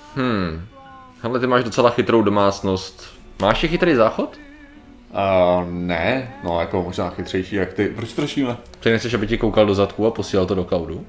Hele, ty máš docela chytrou domácnost. Máš je chytrý záchod? Ne, no jako možná chytřejší jak ty. Proč to řešíme? Ty nechceš, aby ti koukal do zadku a posílal to do cloudu?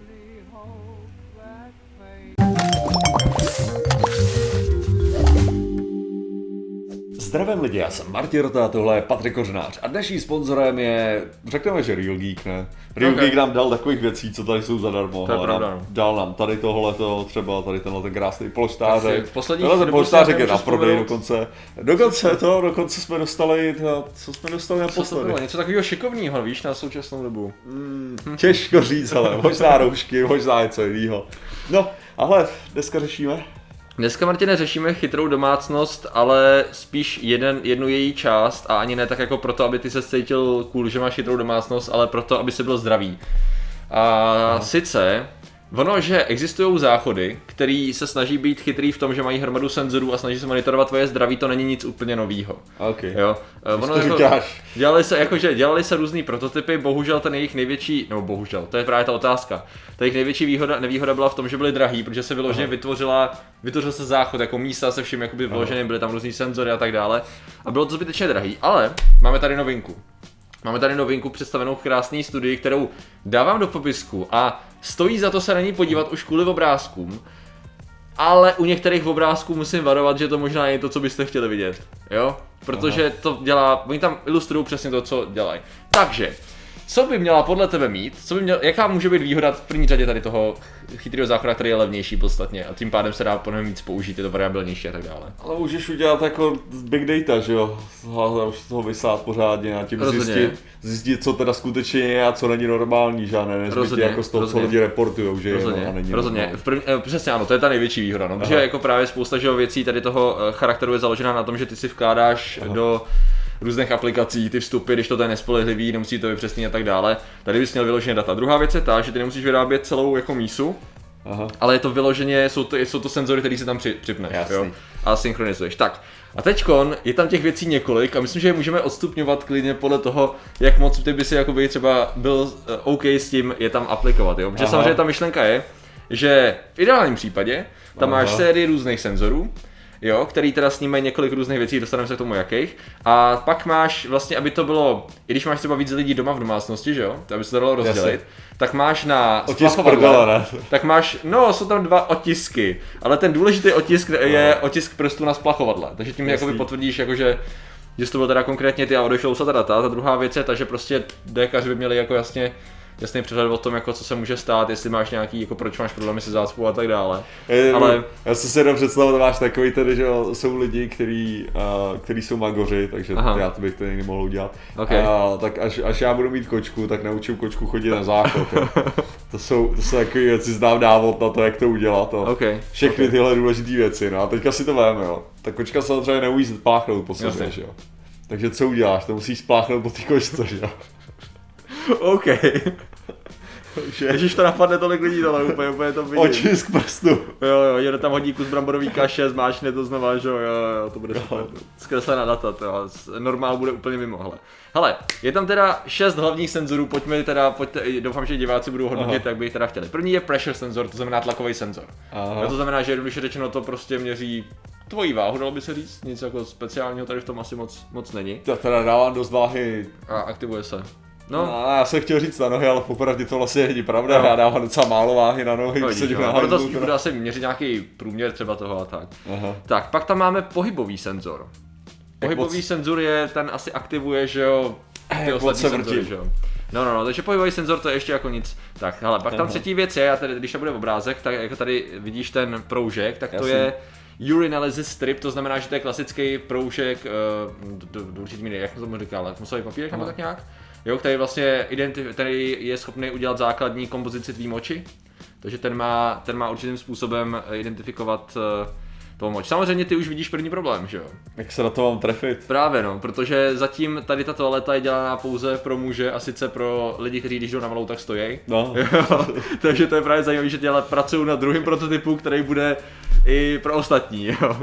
Zdravím lidi, já jsem Martin Rota, tohle je Patrik Kořenář a dnešním sponzorem je, řekneme, že Real Geek, ne? Real Geek nám dal takových věcí, co tady jsou zadarmo. To je pravda. Dal nám tady tohleto, třeba tady tenhle ten krásný polštářek. Tenhle ten polštářek je na prodej dokonce. Dokonce jsme dostali, co jsme dostali naposledy? Něco takového šikovného, víš, na současnou dobu. Těžko říct, ale možná roušky, možná něco jiného. No, ale dneska řešíme. Dneska, Martine, řešíme chytrou domácnost, ale spíš jednu její část a ani ne tak jako proto, aby ty se cítil cool, že máš chytrou domácnost, ale proto, aby si byl zdravý. A sice, ono, že existují záchody, který se snaží být chytrý v tom, že mají hromadu senzorů a snaží se monitorovat tvoje zdraví, to není nic úplně novýho. Okay. Jo. Ono to říkáš. Dělali se různý prototypy, bohužel ten jejich největší, no bohužel, to je právě ta otázka. Ta jejich největší nevýhoda byla v tom, že byly drahý, protože se vyloženě vytvořil se záchod, jako místa se vším jakoby vyloženě, byly tam různý senzory a tak dále. A bylo to zbytečně drahý, ale máme tady novinku. Máme tady novinku představenou v krásné studii, kterou dávám do popisku a stojí za to se na ní podívat už kvůli obrázkům, ale u některých obrázků musím varovat, že to možná je to, co byste chtěli vidět, jo? Protože to dělá, oni tam ilustrují přesně to, co dělají. Takže, co by měla podle tebe mít, jaká může být výhoda v první řadě tady toho chytrého záchoda, který je levnější podstatně a tím pádem se dá po něm víc použít, je to variabilnější a tak dále. Ale můžeš udělat jako big data, že jo? Už toho vysát pořádně a tím zjistit, co teda skutečně je a co není normální, žádné nezbytě jako z toho, co lidi reportujou, že je a není normální. Přesně ano, to je ta největší výhoda, no, protože jako právě spousta věcí tady toho charakteru je založená na tom, že ty si vkládáš do různých aplikací, ty vstupy, když to je nespolehlivý, nemusí to vypřesnit a tak dále. Tady bys měl vyloženě data. Druhá věc je ta, že ty nemusíš vyrábět celou jako mísu, ale je to vyloženě, jsou to senzory, které si tam připneš, jo, a synchronizuješ. Tak, a teďkon je tam těch věcí několik a myslím, že je můžeme odstupňovat klidně podle toho, jak moc ty by si jakoby třeba byl OK s tím je tam aplikovat, jo. Protože samozřejmě ta myšlenka je, že v ideálním případě tam máš sérii různých senzorů, jo, který teda snímají několik různých věcí, dostaneme se k tomu jakých. A pak máš vlastně, aby to bylo, i když máš třeba víc lidí doma v domácnosti, že jo, aby se to dalo rozdělit, tak máš na splachovadle, tak máš, no, jsou tam 2 otisky, ale ten důležitý otisk je otisk prstů na splachovadle, takže tím jakoby potvrdíš, jakože to byl teda konkrétně ty a odešlou se ta data. Ta druhá věc je ta, že prostě dékaři by měli jako jasný přehled o tom, jako co se může stát, jestli máš nějaký, jako proč máš problémy se zácpou a tak dále. Ale já si jenom představu, máš takový tedy, že jsou lidi, kteří jsou magoři, takže já to bych to někdy mohl udělat. Okay. Tak až já budu mít kočku, tak naučím kočku chodit na záchod. To jsou takové věci, znám návod na to, jak to udělat. Všechny tyhle důležité věci. No a teďka si to veme, jo. Ta kočka samozřejmě neumí spláchnout po sobě, že jo. Takže co uděláš? To musíš spláchnout po té kočce, že jo. OK. Ježíš, to napadne tolik lidí, ale úplně to vidím. Otisk prstu. Jo, jede tam hodí kus bramborový kaše, zmáčkne to znova, že jo, to bude super. Zkreslená data, normál bude úplně mimo, hele, je tam teda 6 hlavních senzorů, pojďte, doufám, že diváci budou hodnotit, jak by jich teda chtěli. První je pressure senzor, to znamená tlakový senzor. To znamená, že jednoduše řečeno to prostě měří tvojí váhu, dalo by se říct, nic jako speciálního tady v tom asi moc není. To teda dávám dost váhy. A aktivuje se. No, já jsem chtěl říct na nohy, ale popravdě to vlastně není pravda, já dávám docela málo váhy na nohy, proto bude asi měřit nějaký průměr třeba toho a tak. Tak, pak tam máme pohybový senzor. Pohybový senzor je, ten asi aktivuje, že jo, ty ostatní senzory, že jo. No, takže pohybový senzor to je ještě jako nic. Tak, hele, pak tam třetí věc je, a tady, když to bude obrázek, tak jako tady vidíš ten proužek, tak to je urinalysis strip, to znamená, že to je klasický proužek, do určitý míry, jak to tomu říká, lakmusový papírek nebo tak nějak? Jo, který je schopný udělat základní kompozici tvý moči, takže ten má určitým způsobem identifikovat toho moč. Samozřejmě ty už vidíš první problém, že jo? Jak se na to mám trefit? Právě no, protože zatím tady ta toaleta je dělaná pouze pro muže a sice pro lidi, kteří když jdou na malou, tak stojí. No. Takže to je právě zajímavé, že dělat pracují na druhém prototypu, který bude i pro ostatní, jo.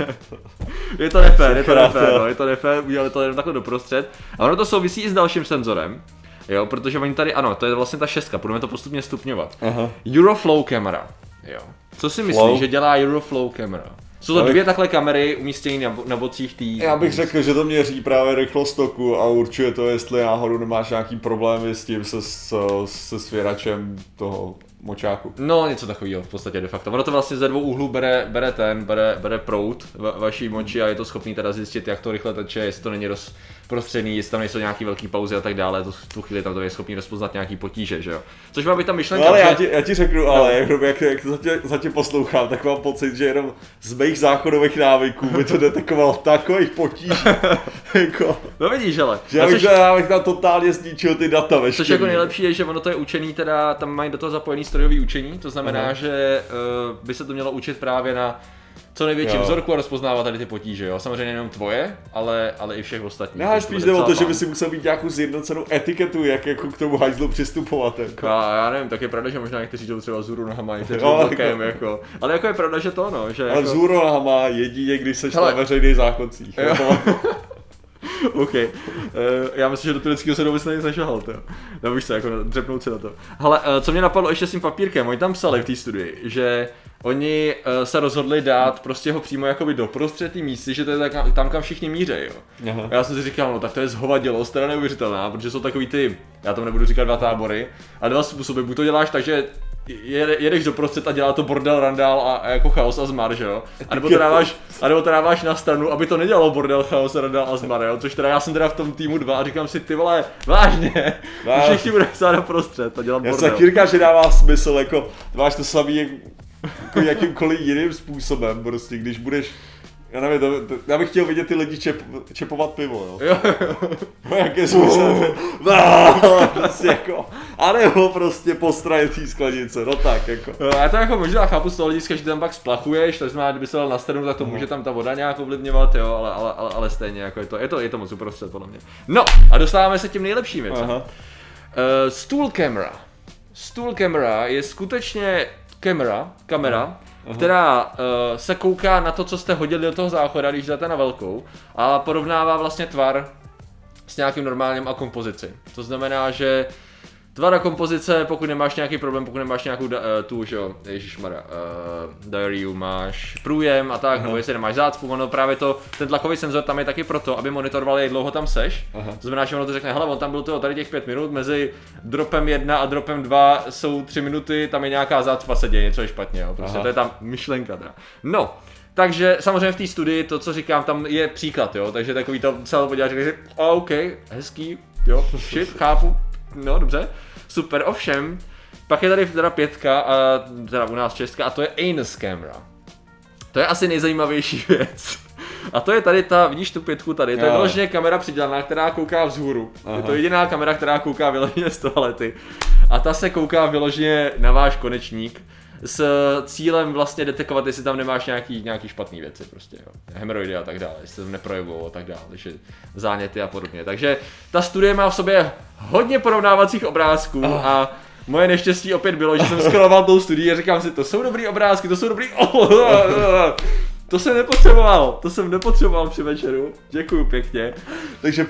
Je to nefér, udělali to jenom takhle doprostřed. A ono to souvisí i s dalším senzorem, jo, protože oni tady, ano, to je vlastně ta 6, budeme to postupně stupňovat. Euroflow kamera. Jo. Co si myslíš, že dělá Euroflow kamera? Jsou to dvě takhle kamery umístěné na bocích tý. Já bych řekl, že to měří právě rychlost toku a určuje to, jestli náhodou nemáš nějaký problémy s tím se svěračem toho močáku. No, něco takového v podstatě de facto. Ono to vlastně ze dvou úhlů bere proud vaší moči a je to schopný teda zjistit, jak to rychle teče, jestli to není rozprostřený, jestli tam nejsou nějaký velký pauzy a tak dále, to v tu chvíli tam to je schopný rozpoznat nějaký potíže, že jo. Což má být ta myšlenka. No, ale já ti řeknu, ale jak to zatím poslouchám, tak mám pocit, že jenom z mých záchodových návyků by to detekoval takových potíží. Jako, no vidíš, ale. Že já bych tam totálně zničil ty data ve což jako nejlepší je, že ono to je učený, teda tam mají do toho zapojený strojový učení, to znamená, že by se to mělo učit právě na co největším vzorku a rozpoznávat tady ty potíže, jo. Samozřejmě nejenom tvoje, ale i všech ostatních. Já spíš jde o to, že by si musel mít nějakou zjednocenou etiketu, jak jako k tomu hajzlu přistupovat. Jako. Já nevím, tak je pravda, že možná někteří jdou třeba vzhůru nohama, někteří bokem, jako. Ale jako je pravda, že to no, že ale jako... vzhůru nohama jedině, když seš na veřejných záchodcích. OK. Já myslím, že do tureckého se vůbec nic nešahal, to. Nebudeš se jako dřepnout si na to. Hele, co mě napadlo ještě s tím papírkem, oni tam psali v té studii, že oni se rozhodli dát prostě ho přímo jakoby doprostřed té místy, že to je tam, kam všichni mířejí, jo. Aha. Já jsem si říkal, no tak to je zhovadělost, teda neuvěřitelná, protože jsou takový ty, já tomu nebudu říkat dva tábory, a dva způsoby, buď to děláš tak, že jedeš doprostřed a dělá to bordel, randál a jako chaos a zmar, že jo? A nebo to dáváš na stranu, aby to nedělalo bordel, chaos, randál a zmar, jo? Což teda já jsem teda v tom týmu 2 a říkám si, ty vole, vážně, všichni budou stát doprostřed a dělat bordel. Já se taky říkám, že dává smysl, jako máš to samý jako jakýmkoliv jiným způsobem, prostě když budeš. Já nevím, já bych chtěl vidět ty lidi čepovat pivo, jo. No jak je smysl, prostě jako, anebo prostě postrajet tý sklenice, no tak jako. Já to jako možná chápu z toho hlediska, že tam pak splachuješ, to znamená, kdyby se dal na stranu, tak to může tam ta voda nějak ovlivňovat, jo, ale stejně jako je to moc uprostřed podle mě. No a dostáváme se k těm nejlepším věcem. Stool camera je skutečně kamera, která se kouká na to, co jste hodili do toho záchoda, když jdete na velkou, a porovnává vlastně tvar s nějakým normálním a kompozici. To znamená, že tvar a kompozice, pokud nemáš nějaký problém, pokud nemáš nějakou diarrhea, máš průjem a tak, nebo jestli nemáš zácpu, ono právě ten tlakový senzor tam je taky proto, aby monitoroval, jak dlouho tam seš. To znamená, že ono to řekne, hele, on tam byl tady těch 5 minut, mezi dropem 1 a dropem 2 jsou 3 minuty, tam je nějaká zácpa, se děje, něco je špatně, jo. Prostě to je tam myšlenka teda. No, takže samozřejmě v té studii to, co říkám, tam je příklad, jo, takže takový to celé podívat, že OK, hezký, jo, shit, chápu, no dobře, super, ovšem, pak je tady teda 5, a teda u nás 6, a to je anus camera. To je asi nejzajímavější věc. A to je tady vidíš tu 5 tady, to je vyloženě kamera přidělaná, která kouká vzhůru. Je to jediná kamera, která kouká vyloženě z toalety. A ta se kouká vyloženě na váš konečník s cílem vlastně detekovat, jestli tam nemáš nějaký špatný věci prostě, jo. Hemoroidy a tak dále, jestli tam neprojevujou a tak dále, takže záněty a podobně. Takže ta studie má v sobě hodně porovnávacích obrázků a moje neštěstí opět bylo, že jsem scrolloval tou studii a říkám si, to jsou dobrý obrázky, to jsou dobrý... To jsem nepotřeboval při večeru, děkuju pěkně. Takže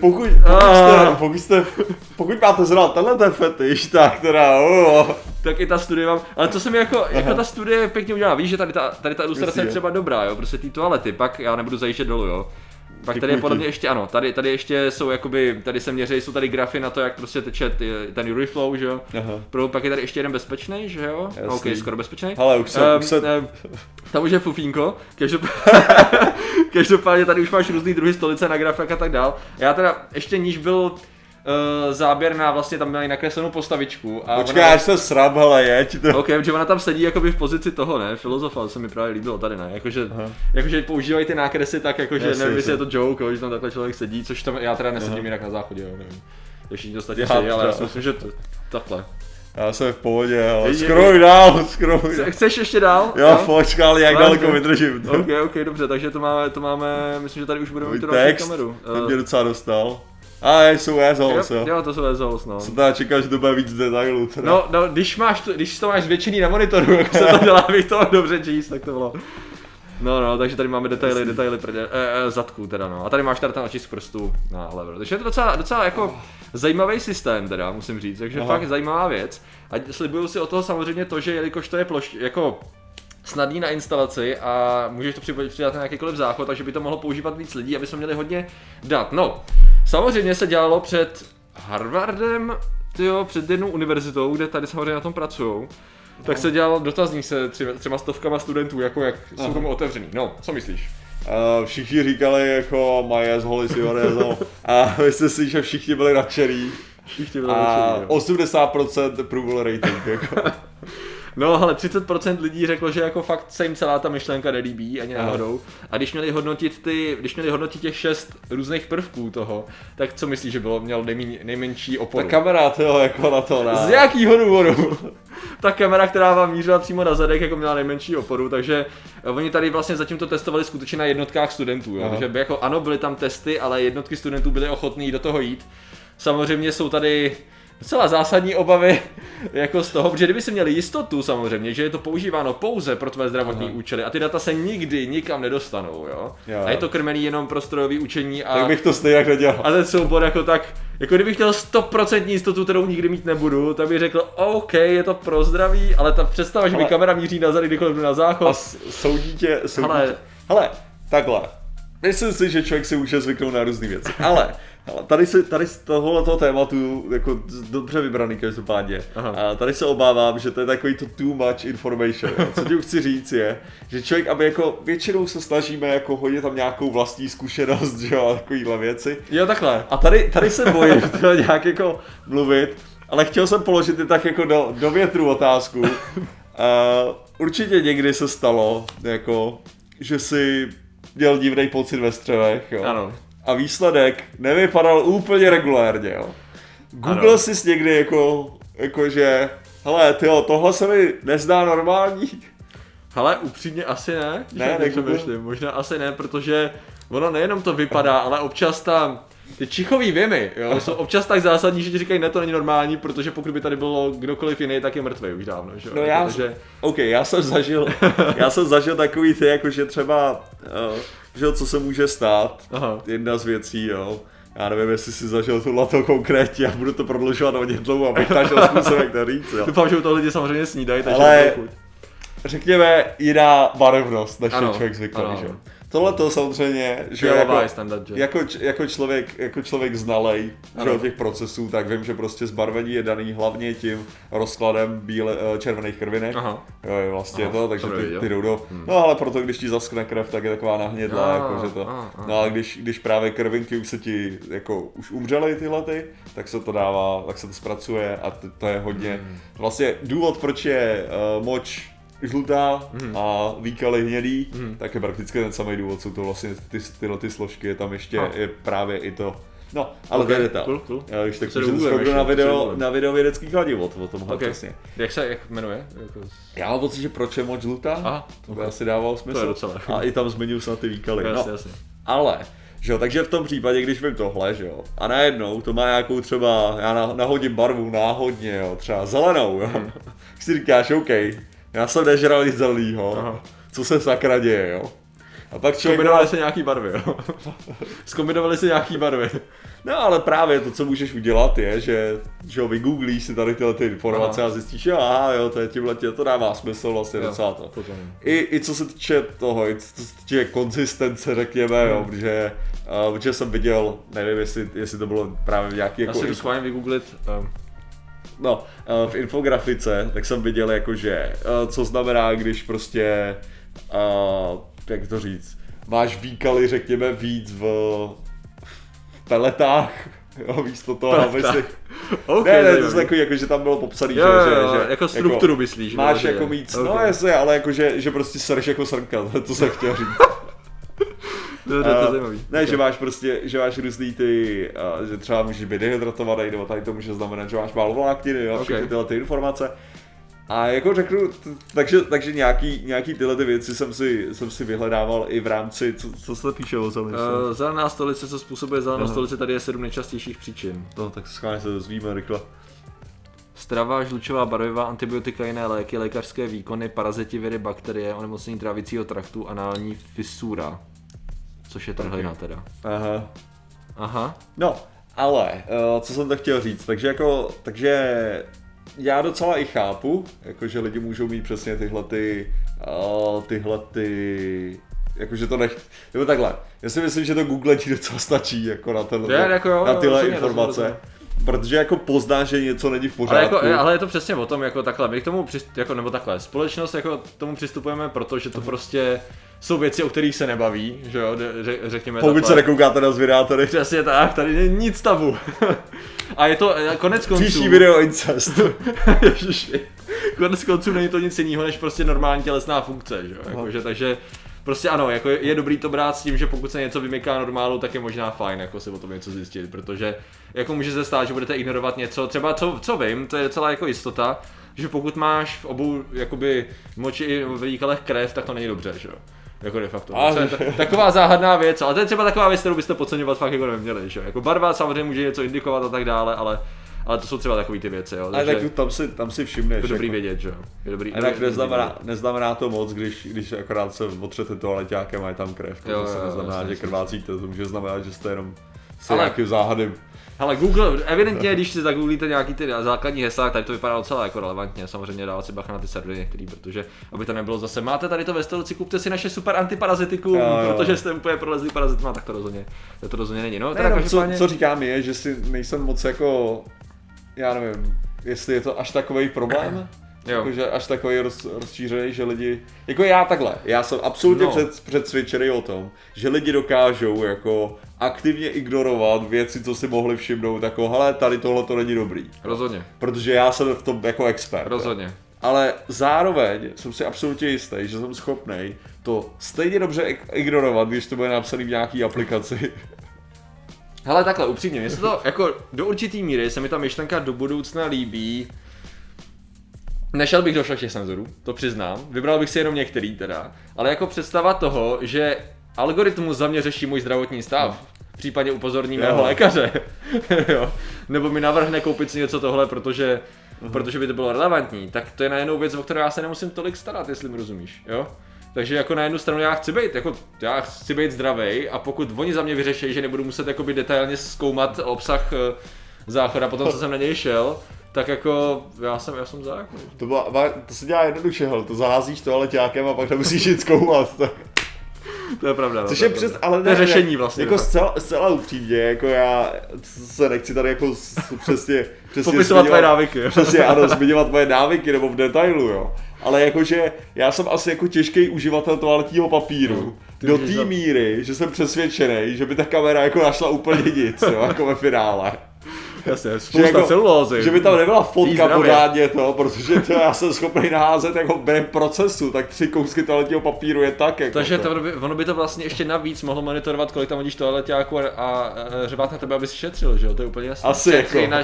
pokud máte zrovna tenhle fetiš, tak teda tak i ta studie mám, ale to se mi jako ta studie je pěkně udělala, víš, že tady ta ilustrace je třeba dobrá, jo, prostě ty toalety, pak já nebudu zajíždět dolů, jo. Pak tady je podle mě ještě, ano, tady ještě jsou jakoby, tady se měří, jsou tady grafy na to, jak prostě teče ten Euroflow, že jo. Pak je tady ještě jeden bezpečný, že jo. OK, skoro bezpečný. Ale už se... Tam už je fufínko, každopádně tady už máš různý druhy stolice na grafech a tak dál. Já teda ještě níž byl záběr na vlastně tam měli nakreslenou postavičku. A počkej, až se srab, hele, jeď to. OK, protože ona tam sedí jakoby v pozici toho, ne, filozofa, to se mi právě líbilo tady, ne, jakože používají ty nákresy tak, jakože nevím, jestli je to joke, že tam takhle člověk sedí, což tam, já teda nesedím jinak na záchodě, jo, nevím, ještě ní ostatně sedí, ale já si myslím, že takhle. Já jsem v pohodě, ale scrolluj dál. Chceš ještě dál? Jo, počkej, ale jak daleko vydržím. OK, dobře, takže to máme, myslím, že tady už budeme mít tu další kameru. Ten mě docela dostal. A jsou assholes, jo. Jo, to jsou assholes, no. Jsem teda čekal, že to bude víc detailů. No, když to máš zvětšený na monitoru, jako se to dělá, abych to dobře číst, tak to bylo. No, takže tady máme detaily zadku teda, no. A tady máš teda ten otisk prstů na lever. Takže je to docela jako zajímavý systém teda, musím říct, takže fakt zajímavá věc. A slibuju si o toho samozřejmě to, že jelikož to je snadný na instalaci a můžeš to přidat na jakýkoliv záchod, takže by to mohlo používat víc lidí, aby jsme měli hodně dat. No, samozřejmě se dělalo před Harvardem, před jednou univerzitou, kde tady samozřejmě na tom pracujou. Tak se dělal dotazník se 300 studentů, jako jak jsou tomu otevřený. No, co myslíš? Všichni říkali jako Majes, Holy Sivarezo a myslím si, že všichni byli nadšený. A 80% approval rating, jako. No, ale 30% lidí řeklo, že jako fakt se jim celá ta myšlenka nelíbí ani náhodou. A když měli hodnotit těch 6 různých prvků toho, tak co myslíš, že měl nejmenší oporu? Ta kamera, jako na to, ne? Z jakýho důvodu? Ta kamera, která vám mířila přímo na zadek, jako měla nejmenší oporu, takže oni tady vlastně zatím to testovali skutečně na jednotkách studentů, jo? Že jako ano, byly tam testy, ale jednotky studentů byly ochotní do toho jít. Samozřejmě jsou tady docela zásadní obavy jako z toho, protože kdyby si měli jistotu samozřejmě, že je to používáno pouze pro tvé zdravotní účely a ty data se nikdy nikam nedostanou, jo? A je to krmený jenom pro strojové učení a... Tak bych to stejně nedělal. A ten soubor jako tak, jako kdybych chtěl 100% jistotu, kterou nikdy mít nebudu, tak bych řekl, OK, je to pro zdraví, ale ta představa, že mi kamera míří na zady, kdykoliv jdu na záchod... A soudítě... Hele, takhle. Myslím si, že člověk si může zvyknout na různé věci, ale tady z tohoto tématu jako dobře vybraný každopádně. A tady se obávám, že to je takový to too much information. Co ti chci říct je, že člověk, aby jako většinou se snažíme jako hodit tam nějakou vlastní zkušenost, že jo, a takovýhle věci. Jo, takhle. A tady se bojím to nějak jako mluvit, ale chtěl jsem položit i tak jako do větru otázku. Určitě někdy se stalo, jako, že si měl divnej pocit ve střevech, jo. Ano. A výsledek nevypadal úplně regulérně, jo. Google si někdy jako že, hele, tyjo, tohle se mi nezdá normální. Hele, upřímně asi ne. Ne, možná asi ne, protože ono nejenom to vypadá, ale občas tam ty čichový věmy, jo, jsou občas tak zásadní, že ti říkají, ne, to není normální, protože pokud by tady bylo kdokoliv jiný, tak je mrtvý už dávno, že jo. No já jsem zažil takový ty, jakože třeba, že co se může stát, jedna z věcí, jo. Já nevím, jestli jsi zažil tohleto konkrétně, já budu to prodlužovat hodně dlouho, abych našel způsob, jak to říct, jo. Doufám, že u toho lidi samozřejmě snídají, takže ale řekněme jiná barevnost, než je člověk zvyklý, že jo. Tohle to samozřejmě, že jako člověk znalej těch procesů, tak vím, že prostě zbarvení je daný hlavně tím rozkladem červených krvinek. Jo, je vlastně to, takže ty jdou do... No ale proto, když ti zaschne krev, tak je taková nahnědlá, jakože to... No ale když právě krvinky už se ti, jako už umřely tyhlety, tak se to dává, tak se to zpracuje a to je hodně... Vlastně důvod, proč je moč žlutá a výkaly hnědý, tak je prakticky ten samý důvod, jsou to vlastně tyhle ty složky, je tam ještě je právě i to. No, ale to je detail. Cool. Když tak můžete na video vědecký kladivo o tomhle přesně. Jak jmenuje? Já mám pocit, že proč je moč žlutá, to by asi dávalo smysl. A i tam zmiňuji se na ty výkaly. Jasně. Ale, že jo, takže v tom případě, když vím tohle, že jo, a najednou to má nějakou třeba, já nahodím barvu náhodně, jo, třeba zelenou, jo, si říkáš, OK, já jsem nežral nic zelenýho, co se sakra děje, jo. A pak Zkombinovali se nějaký barvy. No ale právě to, co můžeš udělat je, že ho vygooglíš si tady tyhle ty informace a zjistíš, že to je tímhletě, to dává smysl vlastně docela to. I co se týče toho, i co se týče konzistence, řekněme, jo, protože jsem viděl, nevím, jestli to bylo právě nějaký jako... Já si schválně vygooglit... No, v infografice, tak jsem viděl jakože, co znamená, když prostě, jak to říct, máš výkaly, řekněme, víc v peletách, jo, místo toho, aby si... Ne, to je takový, jako, že tam bylo popsaný, že jako strukturu myslíš. Máš jako víc, no jasně, ale jako, že prostě sereš jako srnka, to jsem chtěl říct. To je zajímavý. Ne, že máš prostě, že máš různý ty, že třeba můžeš být dehydratovaný, nebo tady to může znamenat, že máš málo vlákniny, jo, všechny tyhle ty informace. A jako řeknu, takže nějaký tyhle ty věci jsem si vyhledával i v rámci, co se píše o zelené stolici? Zelená stolice, co způsobuje zelenou stolici, tady je 7 nejčastějších příčin. No, tak schválně se dozvíme rychle. Strava, žlučová barviva, antibiotika, jiné léky, lékařské výkony, paraziti, viry, bakterie, onemocnění trávicího traktu, anální fisura. Což je trhlina teda. Aha. No, ale, co jsem to chtěl říct, takže já docela i chápu, jakože lidi můžou mít přesně tyhle ty tyhle ty... Jakože to nebo takhle, já si myslím, že to Google ti docela stačí jako na tyhle informace. Protože jako pozná, že něco není v pořádku. Ale je to přesně o tom, jako takhle, my k tomu, nebo takhle, společnost jako tomu přistupujeme, protože to prostě jsou věci, o kterých se nebaví, že jo, řekněme takhle. Pokud se nekoukáte na zvědátory. Přesně tak, tady není nic tabu. A je to konec konců... Příští video incest. Ježiši. Konec konců není to nic jiného, než prostě normální tělesná funkce, že jo, jakože, takže... Prostě ano, jako je dobrý to brát s tím, že pokud se něco vymyká normálu, tak je možná fajn jako si o tom něco zjistit, protože jako může se stát, že budete ignorovat něco, třeba co vím, to je docela jako jistota, že pokud máš v obou jakoby moči i ve výkalech krev, tak to není dobře, že jo? Jako de facto. Taková záhadná věc, ale to je třeba taková věc, kterou byste podceňovat fakt jako neměli, že jo? Jako barva samozřejmě může něco indikovat a tak dále, ale to jsou třeba takový ty věci, jo. Ale tak tam si všimneš. Je dobrý vědět, že jo. Je dobrý. A tak neznamená to moc, když akorát se otřete toaleťákem a je tam krev. To zase neznamená, že krvácíte, to může znamenat, že jste jenom se nějakým záhadem. Ale Google, evidentně, když si zagooglíte nějaký ty základní hesla, tady to vypadá docela jako relevantně, samozřejmě dávat si bacha na ty servery některý, protože aby to nebylo zase, máte tady to ve stolici, kupte si naše super antiparazitikum, protože jste úplně prolezlý parazitma, tak to rozhodně není. No, teda co říkám je, že si nejsem moc jako, já nevím, jestli je to až takovej problém. Jakože až takový rozšířený, že lidi, jako já jsem absolutně přesvědčený o tom, že lidi dokážou jako aktivně ignorovat věci, co si mohli všimnout, jako hele, tady tohle to není dobrý. Rozhodně. Protože já jsem v tom jako expert. Rozhodně. Ale zároveň jsem si absolutně jistý, že jsem schopný to stejně dobře ignorovat, když to bude napsaný v nějaký aplikaci. Hele, takhle, upřímně, jestli to jako do určitý míry se mi ta myšlenka do budoucna líbí. Nešel bych do všech senzorů, to přiznám, vybral bych si jenom některý teda, ale jako představa toho, že algoritmus za mě řeší můj zdravotní stav, případně upozorní mého lékaře, jo, nebo mi navrhne koupit si něco tohle, protože by to bylo relevantní, tak to je najednou věc, o kterou já se nemusím tolik starat, jestli mi rozumíš, jo. Takže jako na jednu stranu já chci být zdravej a pokud oni za mě vyřeší, že nebudu muset jakoby detailně zkoumat obsah záchoda potom, co jsem na něj šel, tak jako já jsem za jako. To se dělá jednoduše, to zaházíš toaleťákem a pak nemusíš jít zkoumat. To je pravda. Což je to je řešení vlastně. Jako zcela upřímně, jako já se nechci tady jako přesně popisovat tvoje návyky. Přesně, ano, zmiňovat moje návyky nebo v detailu, jo. Ale jakože já jsem asi jako těžký uživatel toaletního papíru. Do té míry, že jsem přesvědčený, že by ta kamera jako našla úplně nic, jo, jako ve finále. Jasně, spousta celulózy. Že by tam nebyla fotka pořádně protože to já jsem schopný naházet jako během procesu, tak 3 kousky toaletního papíru je tak jako. Takže ono by to vlastně ještě navíc mohlo monitorovat, kolik tam hodíš toaleťáku a řebat na tebe, abys šetřil, že jo, to je úplně jasné. Asi šetři jako.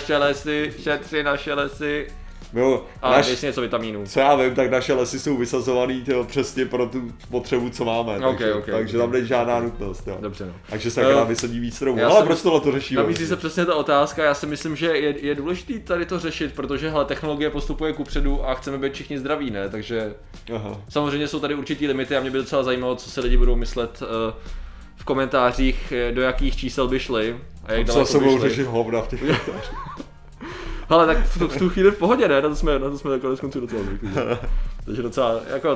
naše lesy. Jo, a dej něco vitamínů. Co já vím, tak naše lesy jsou vysazovaný přesně pro tu potřebu, co máme. Takže tam není žádná nutnost. Jo. Dobře, no. Takže se akorát vysadí víc stromů. Ale proč tohle to řešíme? Nabízí se přesně ta otázka, já si myslím, že je důležité tady to řešit, protože hele, technologie postupuje kupředu a chceme být všichni zdraví, ne? Takže samozřejmě jsou tady určitý limity a mě by docela zajímalo, co si lidi budou myslet v komentářích, do jakých čísel by šli. A jak daleko by šli. Co se budou řešit hovna v těch komentářích. Ale tak v tu chvíli v pohodě, ne? Na to jsme konec konců docela zvyklí. Takže docela, jako...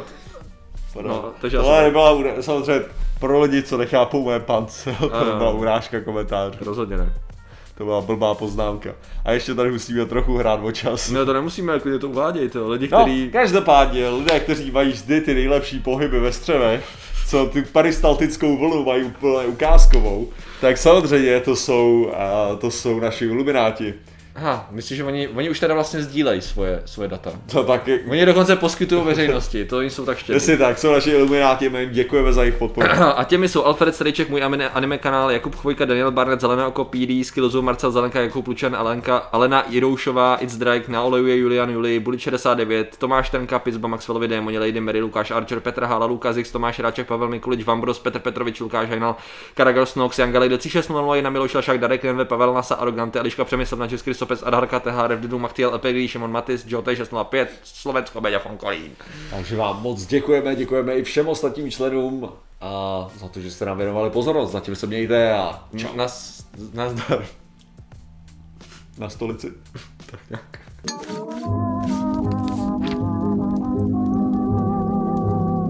No, takže tohle nebyla, samozřejmě pro lidi, co nechápou mé pance, to nebyla urážka komentář. Rozhodně ne. To byla blbá poznámka. A ještě tady musíme trochu hrát o čas. No to nemusíme, klidně to uvádějte, lidi, který... každopádně, lidé, kteří mají vždy ty nejlepší pohyby ve střevech, co tu peristaltickou vlnu mají úplně ukázkovou, tak samozřejmě to jsou naši ilumináti. Aha, myslíš, že oni už teda vlastně sdílejí svoje data. To taky. Oni dokonce poskytují veřejnosti, to jsou tak štědří. Jestli tak, jsou naši ilumináti, my jim děkujeme za jejich podporu. A těmi jsou Alfred Strejček, můj anime kanál, Jakub Chvojka, Daniel Barnett, Zelené oko, PD, Skillzoo, Marcel Zelenka, Jakub Lučan, Alena Jiroušová, It's Drake, Na olejuje Julian Juli, Bulit 69, Tomáš Tenka, Pizba, Maxwellovi Démoni, Lady Mary, Lukáš Archer, Petr Hala, Lukáš X, Tomáš Ráček, Pavel Mikulič, Vambros, Petr Petrovič, Lukáš Hajnal, Karagal Snox, Jan Galej, 3601, Miloš Lašák, Darek Nenve, Pavel Nasa, Arogante, Eliška Přemysl, Načes Kristopec, Adharka, TH, Revdidu, Machtiel, Epegri, Šimon Matis, Jote 605, Slovensko, Beďa Fonkolín. Takže vám moc děkujeme i všem ostatním členům a za to, že jste nám věnovali pozornost. Zatím se mějte a čau. Nazdar. Na stolici. Tak nějak.